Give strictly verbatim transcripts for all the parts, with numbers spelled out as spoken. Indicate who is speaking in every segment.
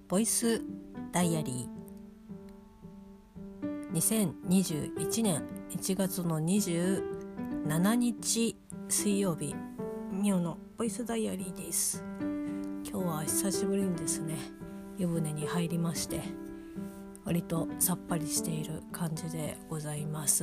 Speaker 1: ボイスダイアリーにせんにじゅういちねんいちがつのにじゅうしちにち水曜日、ミオのボイスダイアリーです。今日は久しぶりにですね湯船に入りまして、割とさっぱりしている感じでございます。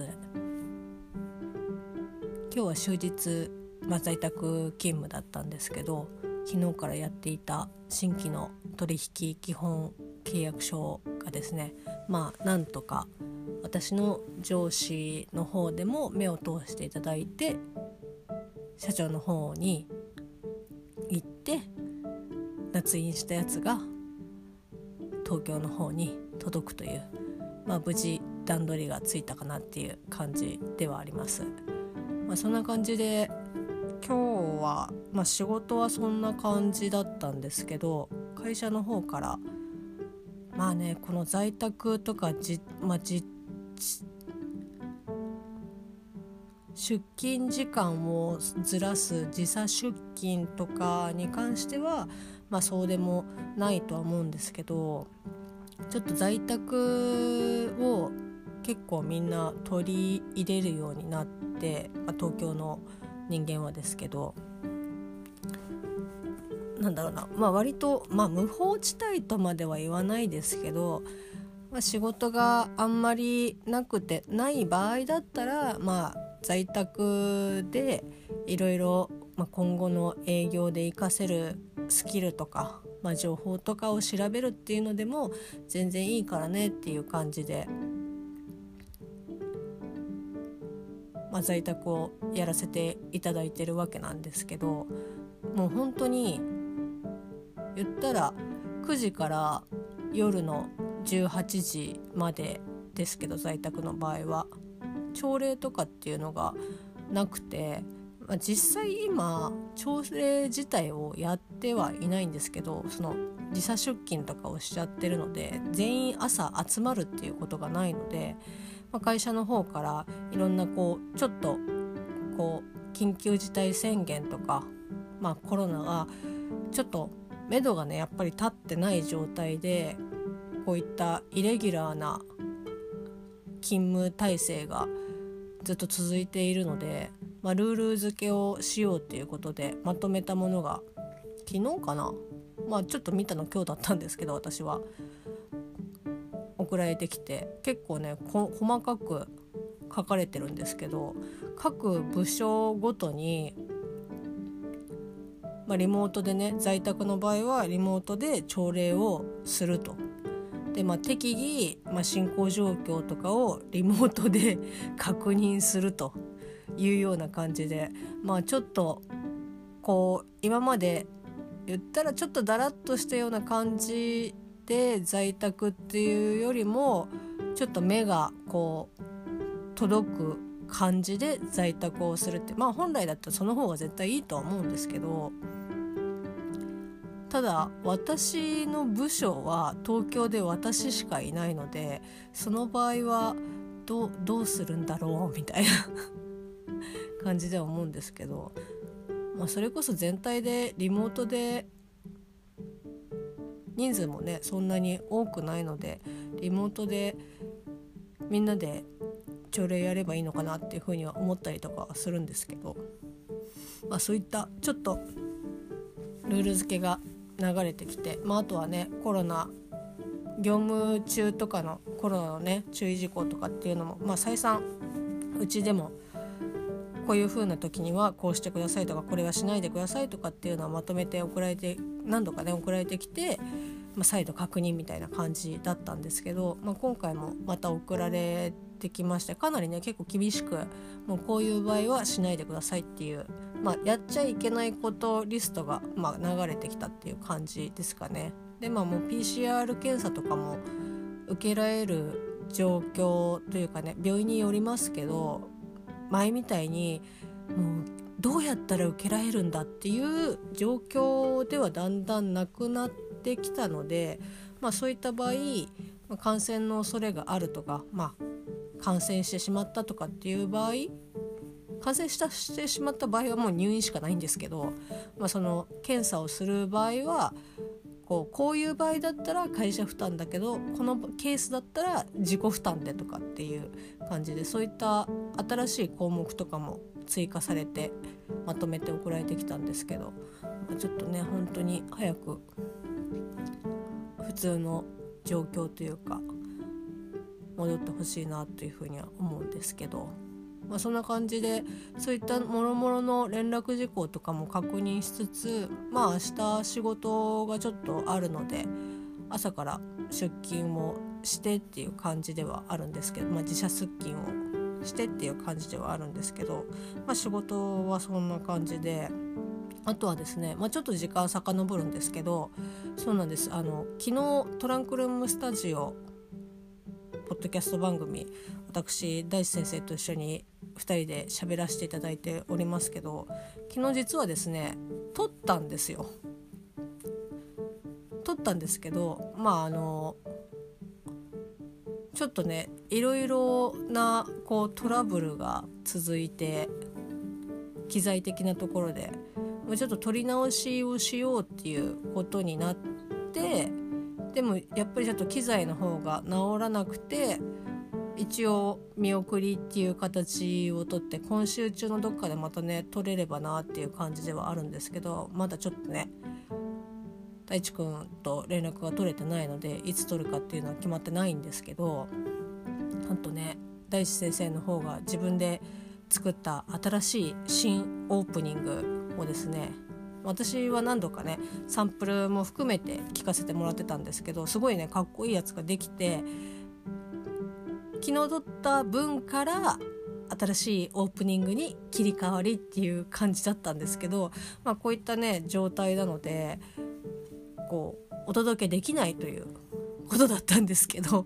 Speaker 1: 今日は終日、まあ、在宅勤務だったんですけど、昨日からやっていた新規の取引基本契約書がですね、まあなんとか私の上司の方でも目を通していただいて、社長の方に行って捺印したやつが東京の方に届くという、まあ無事段取りがついたかなっていう感じではあります。まあ、そんな感じで今日は、まあ、仕事はそんな感じだったんですけど、会社の方からまあね、この在宅とかじ、まあ、じ出勤時間をずらす時差出勤とかに関しては、まあ、そうでもないとは思うんですけど、ちょっと在宅を結構みんな取り入れるようになって、まあ、東京の人間はですけど、なんだろうな、まあ割と、まあ、無法地帯とまでは言わないですけど、まあ、仕事があんまりなくてない場合だったら、まあ在宅でいろいろ今後の営業で活かせるスキルとか、まあ、情報とかを調べるっていうのでも全然いいからねっていう感じで、まあ、在宅をやらせていただいてるわけなんですけど、もう本当に言ったらくじから夜のじゅうはちじまでですけど、在宅の場合は朝礼とかっていうのがなくて、まあ、実際今朝礼自体をやってはいないんですけど、その時差出勤とかをしちゃってるので全員朝集まるっていうことがないので、まあ、会社の方からいろんなこうちょっとこう緊急事態宣言とか、まあ、コロナがちょっと目処がねやっぱり立ってない状態で、こういったイレギュラーな勤務体制がずっと続いているので、まあ、ルール付けをしようということでまとめたものが昨日かな、まあちょっと見たの今日だったんですけど、私は送られてきて、結構ねこ細かく書かれてるんですけど、各部署ごとに、まあ、リモートでね、在宅の場合はリモートで朝礼をすると。で、まあ、適宜、まあ、進行状況とかをリモートで確認するというような感じで、まあちょっとこう今まで言ったらちょっとだらっとしたような感じで在宅っていうよりも、ちょっと目がこう届く感じで在宅をするって、まあ本来だったらその方が絶対いいとは思うんですけど、ただ私の部署は東京で私しかいないので、その場合はどう、どうするんだろうみたいな感じでは思うんですけど、まあ、それこそ全体でリモートで人数もねそんなに多くないので、リモートでみんなで朝礼やればいいのかなっていうふうには思ったりとかはするんですけど、まあ、そういったちょっとルール付けが流れてきて、まあ、あとはねコロナ業務中とかのコロナのね注意事項とかっていうのも、まあ、再三うちでもこういう風な時にはこうしてくださいとか、これはしないでくださいとかっていうのはまとめて送られて、何度かね送られてきて、まあ、再度確認みたいな感じだったんですけど、まあ、今回もまた送られてきまして、かなりね結構厳しく、もうこういう場合はしないでくださいっていう、まあ、やっちゃいけないことリストが、まあ、流れてきたっていう感じですかね。で、まあもう ピーシーアール 検査とかも受けられる状況というかね、病院によりますけど、前みたいにもうどうやったら受けられるんだっていう状況ではだんだんなくなってきたので、まあ、そういった場合感染の恐れがあるとか、まあ、感染してしまったとかっていう場合、感染したしてしまった場合はもう入院しかないんですけど、まあ、その検査をする場合はここうこういう場合だったら会社負担だけどこのケースだったら自己負担でとかっていう感じで、そういった新しい項目とかも追加されてまとめて送られてきたんですけど、ちょっとね本当に早く普通の状況というか戻ってほしいなというふうには思うんですけど、まあ、そんな感じでそういったもろもろの連絡事項とかも確認しつつ、まあ明日仕事がちょっとあるので朝から出勤をしてっていう感じではあるんですけど、まあ、自社出勤をしてっていう感じではあるんですけど、まあ、仕事はそんな感じで、あとはですね、まあ、ちょっと時間遡るんですけど、そうなんです、あの昨日トランクルームスタジオポッドキャスト番組、私大地先生と一緒にふたりで喋らせていただいておりますけど、昨日実はですね撮ったんですよ撮ったんですけど、まああのちょっとねいろいろなこうトラブルが続いて、機材的なところでちょっと撮り直しをしようっていうことになって、でもやっぱりちょっと機材の方が治らなくて一応見送りっていう形をとって、今週中のどっかでまたね撮れればなっていう感じではあるんですけど、まだちょっとね大地くんと連絡が取れてないのでいつ撮るかっていうのは決まってないんですけど、なんとね大地先生の方が自分で作った新しい新オープニングをですね、私は何度かねサンプルも含めて聞かせてもらってたんですけど、すごいねかっこいいやつができて、昨日撮った分から新しいオープニングに切り替わりっていう感じだったんですけど、まあ、こういったね状態なのでこうお届けできないということだったんですけど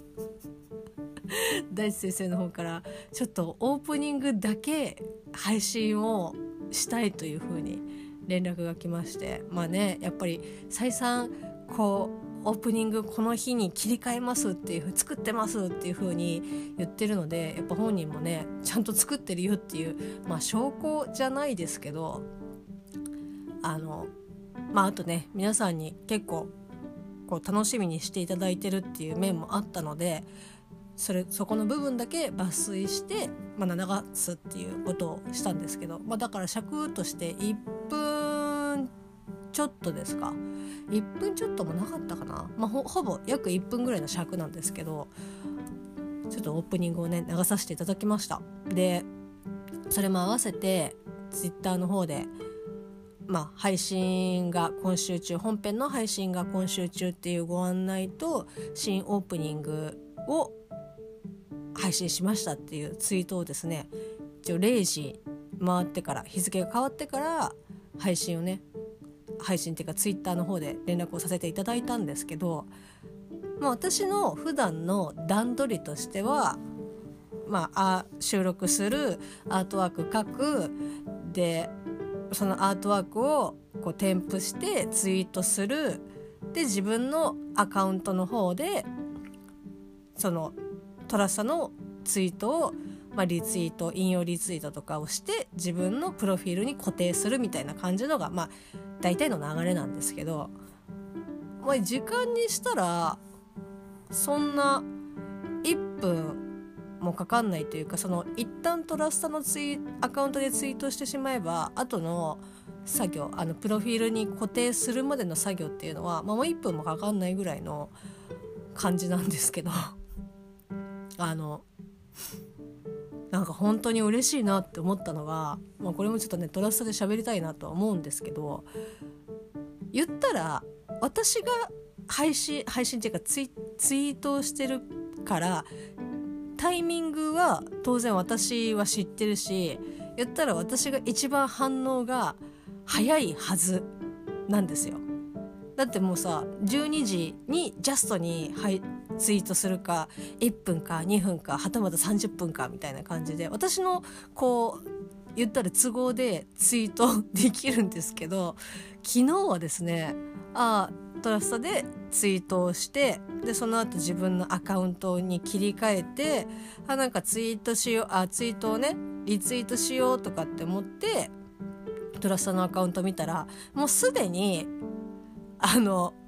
Speaker 1: 大地先生の方からちょっとオープニングだけ配信をしたいというふうに連絡が来まして、まあねやっぱり再三こうオープニングこの日に切り替えますっていう作ってますっていう風に言ってるので、やっぱ本人もねちゃんと作ってるよっていう、まあ証拠じゃないですけど、あのまああとね皆さんに結構こう楽しみにしていただいてるっていう面もあったので、それそこの部分だけ抜粋して、まあ、流すっていうことをしたんですけど、まあ、だから尺としていっぷんちょっとですか、いっぷんちょっともなかったかな、まあ、ほ, ほぼ約いっぷんぐらいの尺なんですけど、ちょっとオープニングをね流させていただきました。でそれも合わせてツイッターの方で、まあ、配信が今週中、本編の配信が今週中っていうご案内と新オープニングを配信しましたっていうツイートをですね、一応れいじ回ってから、日付が変わってから配信をね配信っていうかツイッターの方で連絡をさせていただいたんですけど、まあ、私の普段の段取りとしては、まあ、収録するアートワーク書くで、そのアートワークをこう添付してツイートするで、自分のアカウントの方でそのトラッサのツイートを、まあ、リツイート引用リツイートとかをして自分のプロフィールに固定するみたいな感じのが、まあ、大体の流れなんですけど、まあ、時間にしたらそんないっぷんもかかんないというか、その一旦トラッサのツイアカウントでツイートしてしまえば後の作業、あのプロフィールに固定するまでの作業っていうのは、まあ、もういっぷんもかかんないぐらいの感じなんですけどあのなんか本当に嬉しいなって思ったのが、まあ、これもちょっとねトラッサで喋りたいなとは思うんですけど、言ったら私が配信配信っていうかツイ、ツイートをしてるからタイミングは当然私は知ってるし、言ったら私が一番反応が早いはずなんですよ。だってもうさじゅうにじにジャストに、はい、ツイートするかいっぷんかにふんかはたまたさんじゅっぷんかみたいな感じで、私のこう言ったら都合でツイートできるんですけど、昨日はですね、あトラスタでツイートをして、でその後自分のアカウントに切り替えて、あなんかツイートしよう、あツイートをねリツイートしようとかって思ってトラスタのアカウント見たら、もうすでにあの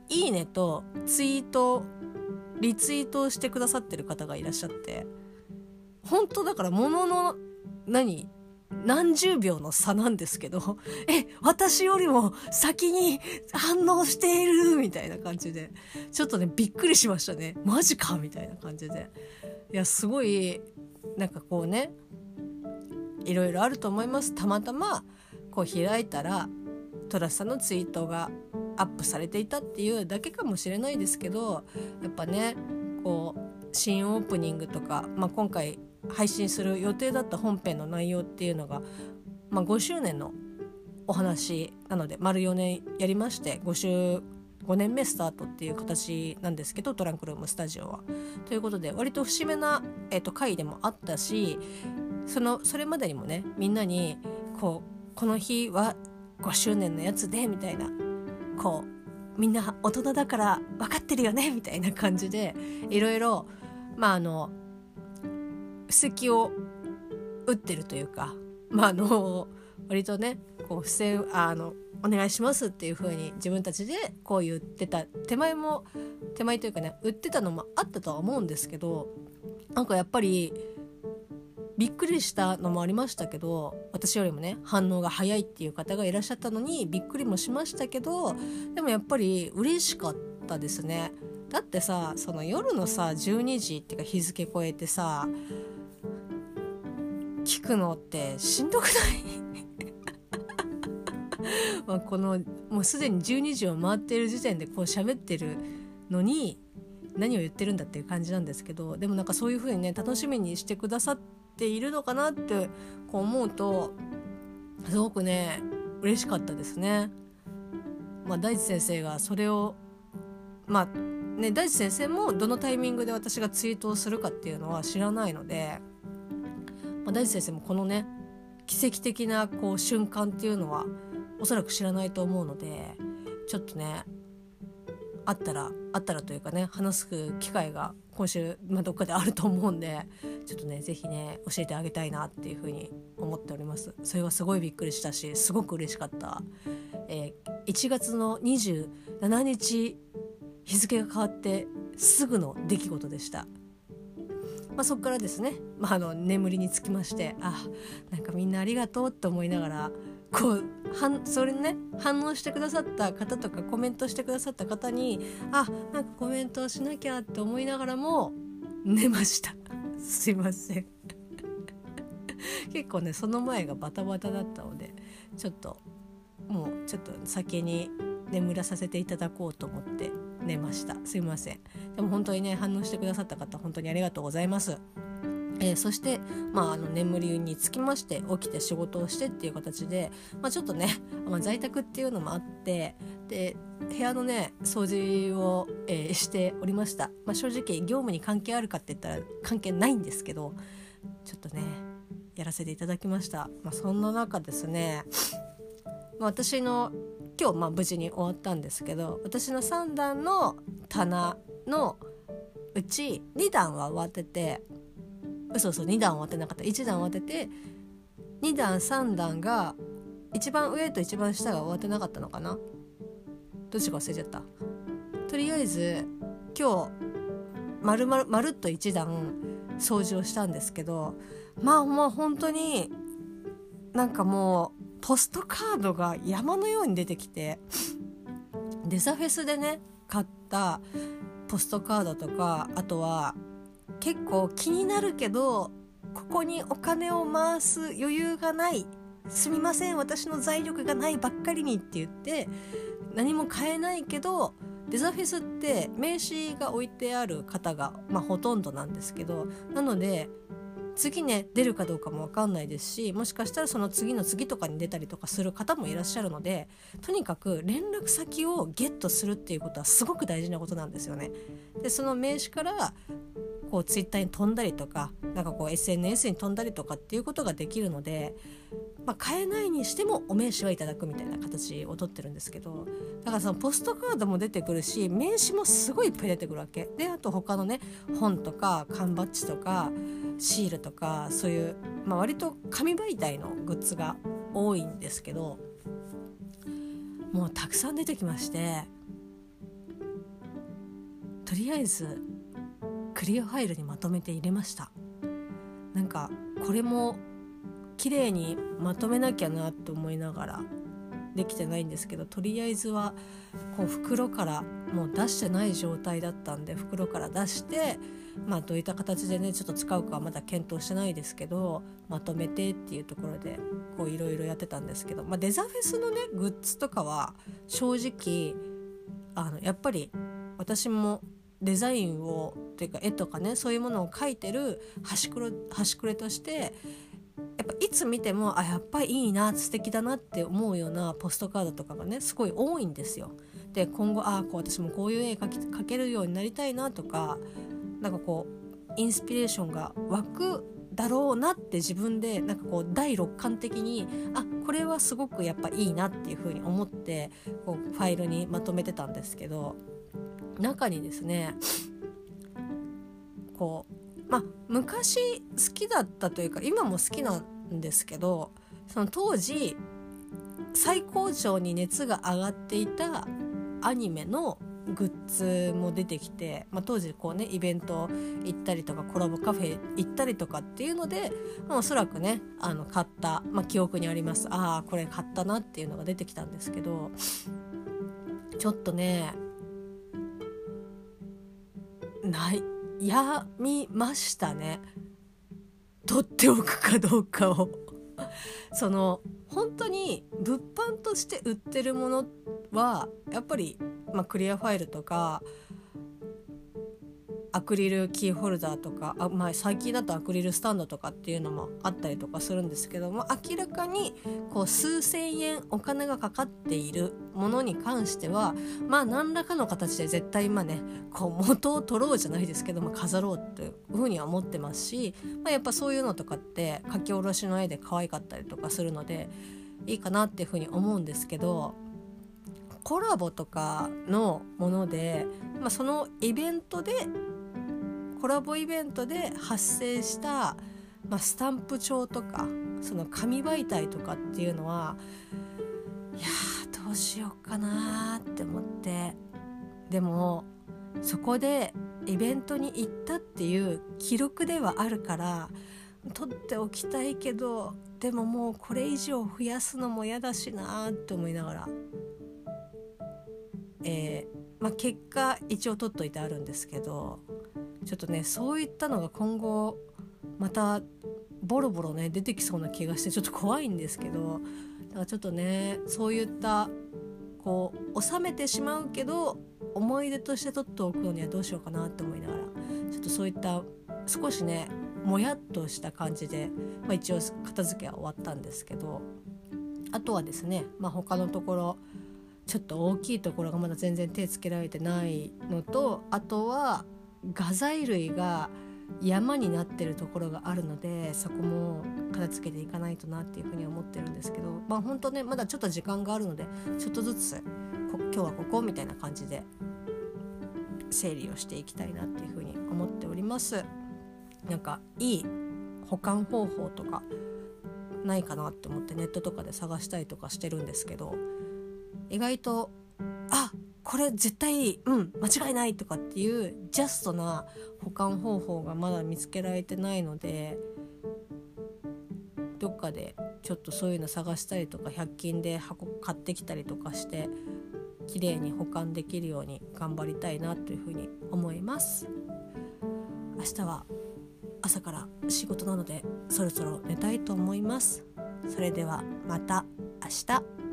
Speaker 1: いいねとツイートリツイートしてくださってる方がいらっしゃって、本当だからものの何何十秒の差なんですけど、え私よりも先に反応しているみたいな感じで、ちょっとねびっくりしましたね。マジかみたいな感じで、いやすごいなんかこうね、いろいろあると思います。たまたまこう開いたらトラスさんのツイートがアップされていたっていうだけかもしれないですけど、やっぱねこう新オープニングとか、まあ、今回配信する予定だった本編の内容っていうのが、まあ、ごしゅうねんのお話なので丸よねんやりまして、ご週ごねんめスタートっていう形なんですけど、トランクルームスタジオはということで割と節目な、えー、と回でもあったし、そのそれまでにもねみんなにこうこの日はごしゅうねんのやつでみたいな、こうみんな大人だから分かってるよねみたいな感じでいろいろまああの布石を打ってるというか、まああの割とねこう付箋あのお願いしますっていう風に自分たちでこう言ってた手前も手前というかね売ってたのもあったとは思うんですけど、なんかやっぱりびっくりしたのもありましたけど、私よりもね反応が早いっていう方がいらっしゃったのにびっくりもしましたけど、でもやっぱり嬉しかったですね。だってさ、その夜のさじゅうにじっていうか日付超えてさ聞くのってしんどくないまあこのもうすでにじゅうにじを回っている時点でこう喋ってるのに何を言ってるんだっていう感じなんですけど、でもなんかそういう風にね楽しみにしてくださっているのかなってこう思うとすごくね嬉しかったですね。まあ大地先生がそれをまあね大地先生もどのタイミングで私がツイートをするかっていうのは知らないので、まあ、大地先生もこのね奇跡的なこう瞬間っていうのはおそらく知らないと思うので、ちょっとねあったらあったらというかね話す機会が今週、まあ、どっかであると思うんで、ちょっとねぜひね教えてあげたいなっていうふうに思っております。それはすごいびっくりしたしすごく嬉しかった、えー、いちがつのにじゅうしちにち日付が変わってすぐの出来事でした。まあ、そこからですね、まあ、あの眠りにつきまして、あなんかみんなありがとうって思いながらこうはそれにね反応してくださった方とかコメントしてくださった方にあなんかコメントをしなきゃって思いながらも寝ましたすいません結構ねその前がバタバタだったのでちょっともうちょっと先に眠らさせていただこうと思って寝ました。すいません。でも本当にね反応してくださった方本当にありがとうございます。えー、そして、まあ、あの眠りにつきまして起きて仕事をしてっていう形で、まあ、ちょっとね、まあ、在宅っていうのもあってで部屋のね掃除を、えー、しておりました。まあ、正直業務に関係あるかって言ったら関係ないんですけどちょっとねやらせていただきました。まあ、そんな中ですね、まあ、私の今日まあ無事に終わったんですけど、私のさん段の棚のうちに段は終わってて、嘘嘘に段終わってなかった、いち段終わっててに段さん段が一番上と一番下が終わってなかったのかな、どっちか忘れちゃった。とりあえず今日まるまるまるっといち段掃除をしたんですけど、まあもう本当になんかもうポストカードが山のように出てきて、デザフェスでね買ったポストカードとか、あとは結構気になるけどここにお金を回す余裕がない、すみません私の財力がないばっかりにって言って何も買えないけど、デザフェスって名刺が置いてある方が、まあ、ほとんどなんですけど、なので次ね出るかどうかも分かんないですし、もしかしたらその次の次とかに出たりとかする方もいらっしゃるので、とにかく連絡先をゲットするっていうことはすごく大事なことなんですよね。でその名刺からこうツイッターに飛んだりとか、なんかこう エスエヌエス に飛んだりとかっていうことができるので、まあ、買えないにしてもお名刺はいただくみたいな形をとってるんですけど、だからそのポストカードも出てくるし名刺もすごいいっぱい出てくるわけで、あと他のね本とか缶バッジとかシールとかそういう、まあ、割と紙媒体のグッズが多いんですけど、もうたくさん出てきまして、 とりあえずクリアファイルにまとめて入れました。なんかこれも綺麗にまとめなきゃなと思いながらできてないんですけど、とりあえずはこう袋からもう出してない状態だったんで、袋から出して、まあどういった形でねちょっと使うかはまだ検討してないですけど、まとめてっていうところでこういろいろやってたんですけど、まあ、デザフェスのねグッズとかは正直あのやっぱり私もデザインをというか絵とかねそういうものを描いてる端くれ端くれとしてやっぱいつ見てもあやっぱりいいな素敵だなって思うようなポストカードとかがねすごい多いんですよ。で今後あこう私もこういう絵描き描けるようになりたいなとか、なんかこうインスピレーションが湧くだろうなって自分でなんかこう第六感的にあこれはすごくやっぱいいなっていう風に思ってこうファイルにまとめてたんですけど、中にですねこうまあ昔好きだったというか今も好きなんですけど、その当時最高潮に熱が上がっていたアニメのグッズも出てきて、まあ、当時こうねイベント行ったりとかコラボカフェ行ったりとかっていうので、まあ、おそらくねあの買った、まあ、記憶にあります。ああこれ買ったなっていうのが出てきたんですけど、ちょっとね悩みましたね、取っておくかどうかをその本当に物販として売ってるものはやっぱり、まあ、クリアファイルとかアクリルキーホルダーとかあ、まあ、最近だとアクリルスタンドとかっていうのもあったりとかするんですけども、明らかにこう数千円お金がかかっているものに関してはまあ何らかの形で絶対今ねこう元を取ろうじゃないですけども飾ろうっていうふうには思ってますし、まあ、やっぱそういうのとかって書き下ろしの絵で可愛かったりとかするのでいいかなっていうふうに思うんですけど、コラボとかのもので、まあ、そのイベントでコラボイベントで発生した、まあ、スタンプ帳とかその紙媒体とかっていうのはいやーどうしようかなって思って、でもそこでイベントに行ったっていう記録ではあるから取っておきたいけど、でももうこれ以上増やすのも嫌だしなって思いながら、えーまあ、結果一応取っといてあるんですけど、ちょっとねそういったのが今後またボロボロね出てきそうな気がしてちょっと怖いんですけど、だからちょっとねそういったこう収めてしまうけど思い出として取っておくのにはどうしようかなって思いながら、ちょっとそういった少しねもやっとした感じで、まあ、一応片付けは終わったんですけど、あとはですね、まあ、他のところちょっと大きいところがまだ全然手つけられてないのと、あとは画材類が山になってるところがあるのでそこも片付けていかないとなっていうふうに思ってるんですけど、まあ本当ねまだちょっと時間があるのでちょっとずつこ今日はここみたいな感じで整理をしていきたいなっていうふうに思っております。なんかいい保管方法とかないかなって思ってネットとかで探したりとかしてるんですけど、意外とあこれ絶対うん間違いないとかっていうジャストな保管方法がまだ見つけられてないので、どっかでちょっとそういうの探したりとかひゃく均で箱買ってきたりとかして綺麗に保管できるように頑張りたいなというふうに思います。明日は朝から仕事なのでそろそろ寝たいと思います。それではまた明日。